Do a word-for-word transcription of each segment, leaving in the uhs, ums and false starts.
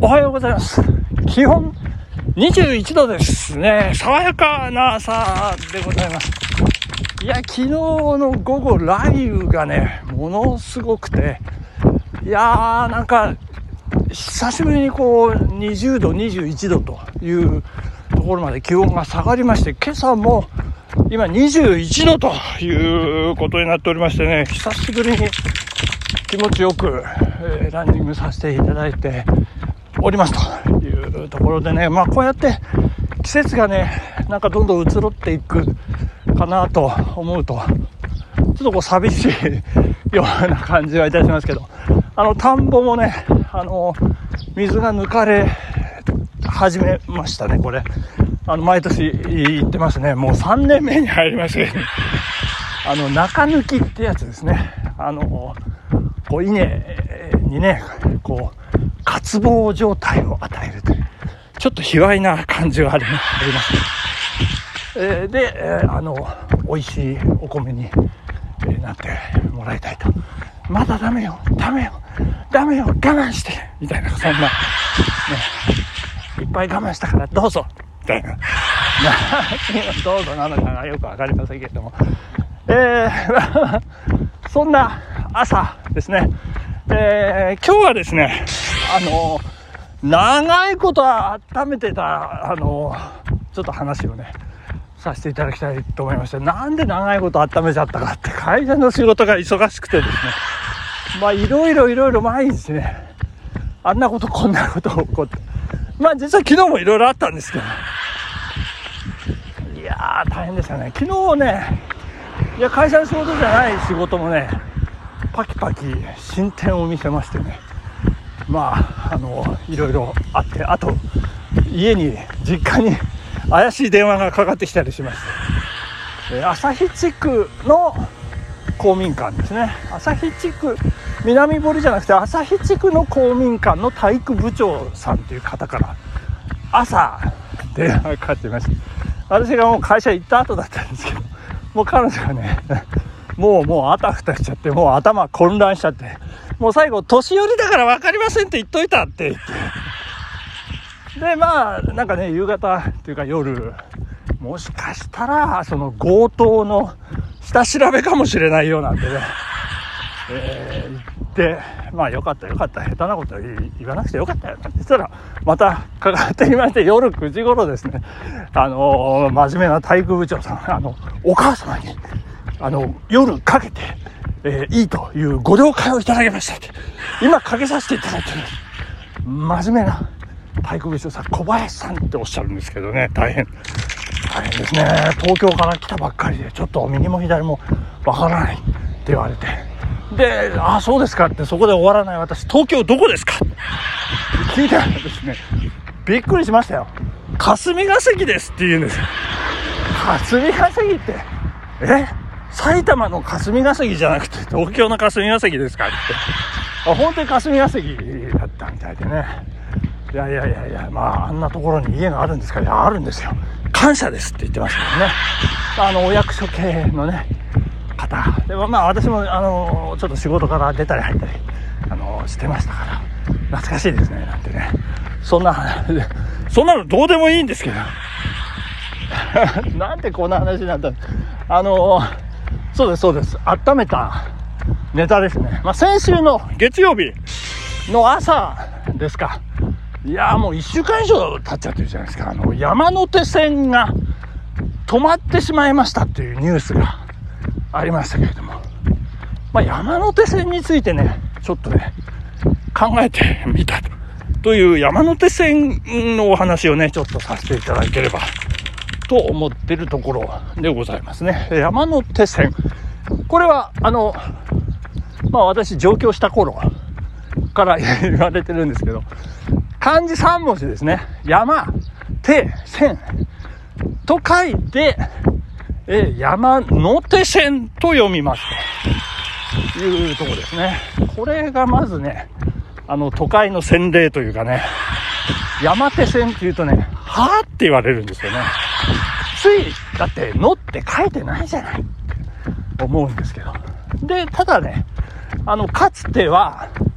おはようございます。気温にじゅういちどですね。爽やかな朝でございます。いや、昨日の午後雷雨がね、ものすごくて、いやーなんか久しぶりにこうにじゅうどにじゅういちどというところまで気温が下がりまして、今朝も今にじゅういちどということになっておりましてね、久しぶりに気持ちよく、えー、ランニングさせていただいておりますというところでね、まあこうやって季節がねなんかどんどん移ろっていくかなと思うと、ちょっとこう寂しいような感じはいたしますけど、あの田んぼもね、あの水が抜かれ始めましたね。これあの毎年言ってますね。もうさんねんめに入りましたけど、あの中抜きってやつですね。あのこう稲にねこう渇望状態を与えるという、ちょっと卑猥な感じがあります、えー、で、えー、あの美味しいお米に、えー、なってもらいたいと。まだダメよダメよダメよ我慢してみたいな、そんな、ね、いっぱい我慢したからどうぞみたいなどうぞなのかがよくわかりませんけれども、えー、そんな朝ですね。えー、今日はですね、あの長いこと温めてたあのちょっと話をねさせていただきたいと思いまして、なんで長いこと温めちゃったかって、会社の仕事が忙しくてですね、まあいろいろいろいろ毎日ね、あんなことこんなこと起こって、まあ実は昨日もいろいろあったんですけど、いやー大変でしたね。昨日ね、いや会社の仕事じゃない仕事もねパキパキ進展を見せましてね、まああのいろいろあって、あと家に実家に怪しい電話がかかってきたりしまして、旭地区の公民館ですね。旭地区南堀じゃなくて旭地区の公民館の体育部長さんという方から朝電話がかかっていました。私がもう会社行った後だったんですけど、もう彼女がねもうもうあたふたしちゃって、もう頭混乱しちゃって、もう最後年寄りだから分かりませんって言っといたって言って、でまあなんかね夕方っていうか夜、もしかしたらその強盗の下調べかもしれないようなんでね、えー、言って、まあよかったよかった、下手なことは言わなくてよかったよなんて言ったら、またかかってきまして、夜くじ頃ですね、あのー、真面目な体育部長さん、あのお母様にあの夜かけて、えー、いいというご了解をいただきましたって、今かけさせていただいてる真面目な体育部長さん、小林さんっておっしゃるんですけどね、大変大変ですね。東京から来たばっかりでちょっと右も左もわからないって言われて、で、あ、そうですかって、そこで終わらない私、東京どこですかって聞いたらですね、びっくりしましたよ。霞が関ですって言うんですよ。霞が関って、え埼玉の霞が関じゃなくて東京の霞が関ですかって、あ、本当に霞が関だったみたいでね、いやいやいやいや、まああんなところに家があるんですか。いや、あるんですよ、感謝ですって言ってましたけどね。あのお役所系のね方でも、まあ私もあのちょっと仕事から出たり入ったりあのしてましたから懐かしいですねなんてね、そんな話で、そんなのどうでもいいんですけどなんでこんな話になったの。あのそうですそうです、温めたネタですね。まあ先週の月曜日の朝ですか。いやもういっしゅうかん以上経っちゃってるじゃないですか。あの山手線が止まってしまいましたっていうニュースがありましたけれども、まあ、山手線についてねちょっとね考えてみたという山手線のお話をねちょっとさせていただければと思っているところでございますね。山手線、これはあのまあ私上京した頃から言われてるんですけど、漢字さん文字ですね。山手線と書いて、え山手線と読みますというところですね。これがまずね、あの都会の洗礼というかね、山手線っていうとね、はぁって言われるんですよね。ついだってのって書いてないじゃないって思うんですけど、でただね、あのかつては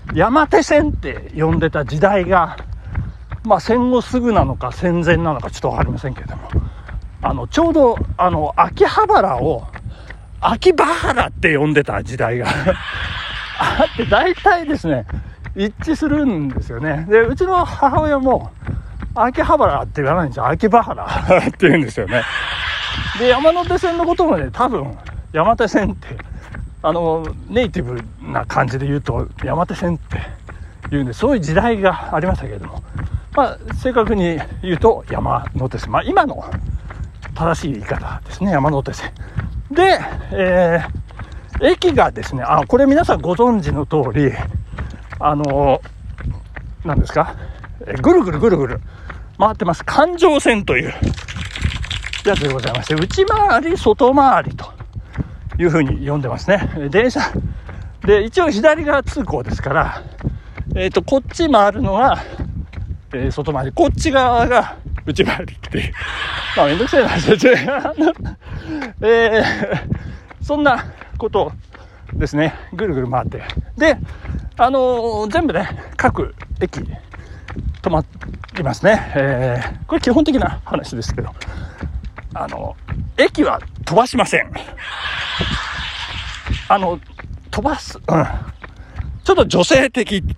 山手線って呼んでた時代が、まあ戦後すぐなのか戦前なのかちょっと分かりませんけれども、あのちょうどあの秋葉原を秋葉原って呼んでた時代があって、大体ですね一致するんですよね。でうちの母親も秋葉原って言わないんですよ、秋葉原って言うんですよね。で山手線のこともね、多分山手線ってあのネイティブな感じで言うと山手線って言うんで、そういう時代がありましたけれども、まあ正確に言うと山手線、まあ今の正しい言い方ですね、山手線で、えー、駅がですね、あ、これ皆さんご存知の通り、あの何ですか、えぐるぐるぐるぐる回ってます。環状線というやつでございまして、内回り外回りというふうに呼んでますね。電車で一応左側通行ですから、えーとこっち回るのが、えー、外回り、こっち側が内回りっていう、まあめんどくせえな話でえー、そんなことですね。ぐるぐる回って、であのー、全部ね各駅止まりますね。えー、これ基本的な話ですけど、あの駅は飛ばしません。あの飛ばす、うん、ちょっと女性的い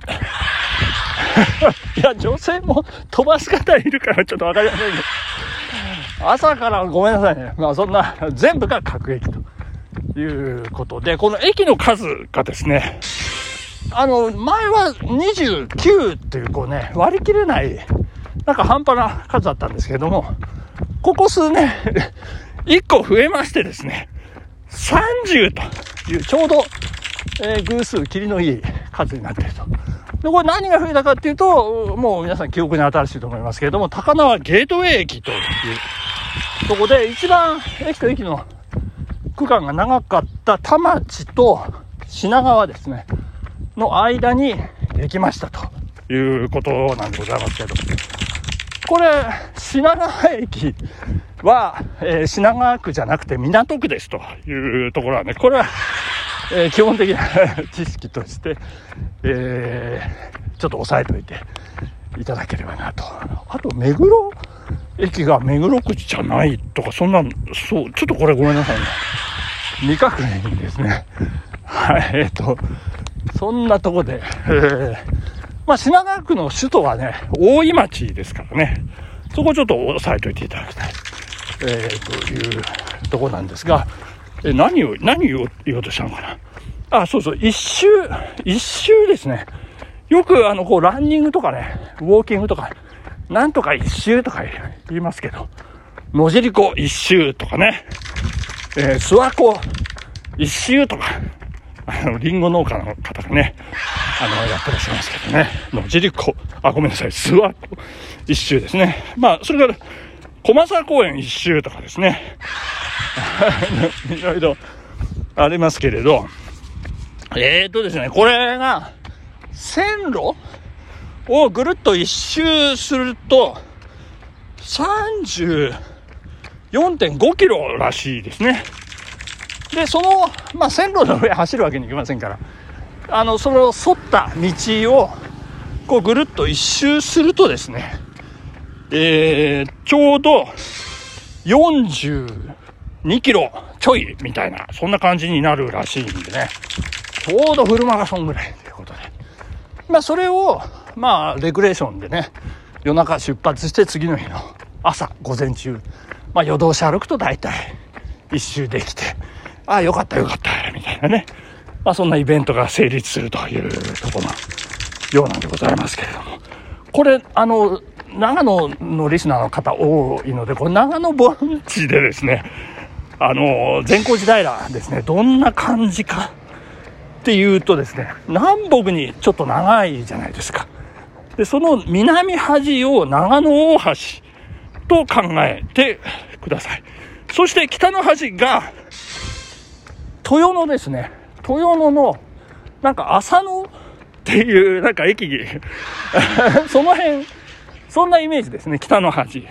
や女性も飛ばす方いるからちょっと分かりませんけど、朝からごめんなさいね。まあそんな全部が各駅ということで、この駅の数がですね、あの前はにじゅうきゅうっていうこうね割り切れないなんか半端な数だったんですけれども、ここ数年いっこ増えましてですね、さんじゅうというちょうど、えー、偶数切りのいい数になっていると。でこれ何が増えたかっていうと、もう皆さん記憶に新しいと思いますけれども、高輪ゲートウェイ駅というとこで一番駅と駅の区間が長かった田町と品川ですねの間にできましたということなんでございますけど、これ品川駅は、えー、品川区じゃなくて港区ですというところはね、これは、えー、基本的な知識として、えー、ちょっと押さえておいていただければなと。あと目黒駅が目黒区じゃないとか、そんな、そう、ちょっとこれごめんなさいね、未確認ですね。はい、えっとそんなとこで、えー、まあ品川区の首都はね大井町ですからね、そこをちょっと押さえておいていただきたい、えー、というとこなんですが、え何を何を言おうとしたのかな。あ、そうそう、一周一周ですね。よくあのこうランニングとかね、ウォーキングとかなんとか一周とか言いますけど、野尻湖一周とかね、えー、諏訪湖一周とか、あのリンゴ農家の方がね、あのやってらっしゃいますけどね、野尻湖、あ、ごめんなさい、諏訪湖一周ですね。まあそれから駒沢公園一周とかですねいろいろありますけれど、えーとですね、これが線路をぐるっと一周すると さんじゅうよんてんごキロらしいですね。でその、まあ、線路の上走るわけにいきませんから、あのそれを沿った道をこうぐるっと一周するとですね、えー、ちょうどよんじゅうにキロちょいみたいな、そんな感じになるらしいんでね、ちょうどフルマラソンぐらいということで、まあそれをまあレクレーションでね、夜中出発して次の日の朝午前中、まあ夜通し歩くと大体一周できて、ああよかったよかったみたいなね、まあそんなイベントが成立するというところのようなんでございますけれども、これあの長野のリスナーの方多いので、これ長野盆地でですね、あの善光寺平ですね、どんな感じかっていうとですね、南北にちょっと長いじゃないですか。でその南端を長野大橋と考えてください。そして北の端が豊野ですね。豊野のなんか浅野っていうなんか駅その辺、そんなイメージですね、北の端。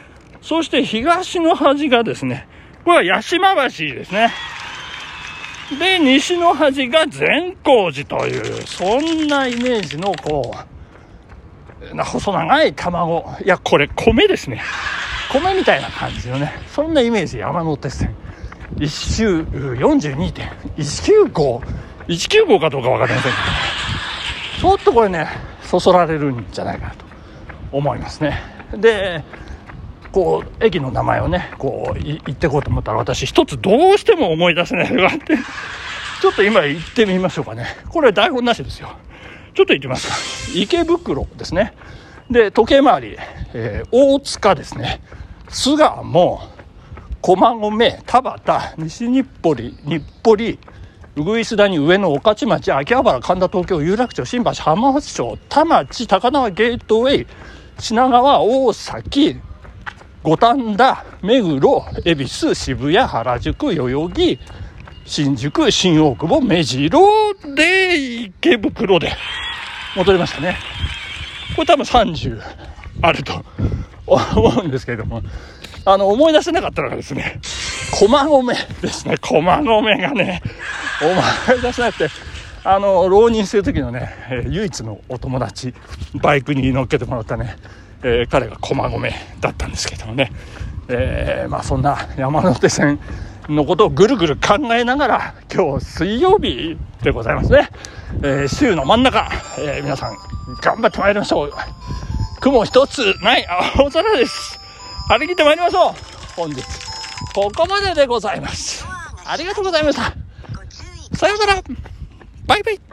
そして東の端がですね、これは八島橋ですね。 で、西の端が善光寺という、そんなイメージの、こう、な細長い卵。いや、これ米ですね。米みたいな感じのね、そんなイメージ、山手線。一周 よんじゅうにてんいちきゅうご、いちきゅうごかどうかわかりませんけど、ちょっとこれね、そそられるんじゃないかなと思いますね。で、こう、駅の名前をね、こう、言っていこうと思ったら、私一つどうしても思い出せないのがあって、ちょっと今言ってみましょうかね。これ台本なしですよ。ちょっと言ってみますか。池袋ですね。で、時計回り、えー、大塚ですね。巣鴨、駒込、田端、西日暮里、日暮里、うぐいす谷、上野、御徒町、秋葉原、神田、東京、有楽町、新橋、浜松町、田町、高輪ゲートウェイ、品川、大崎、五反田、目黒、恵比寿、渋谷、原宿、代々木、新宿、新大久保、目白で池袋で戻りましたね。これ多分さんじゅうあると思うんですけれども、あの思い出せなかったのがですね、駒込ですね。駒込がね、思い出せなくて、あの浪人する時のね、えー、唯一のお友達、バイクに乗っけてもらったね、えー、彼が駒込だったんですけどもね、えー、まあそんな山手線のことをぐるぐる考えながら、今日水曜日でございますね。えー、週の真ん中、えー、皆さん頑張ってまいりましょう。雲一つない青空です。張り切ってまいりましょう。本日ここまででございます。ありがとうございました。さようなら。バイバイ。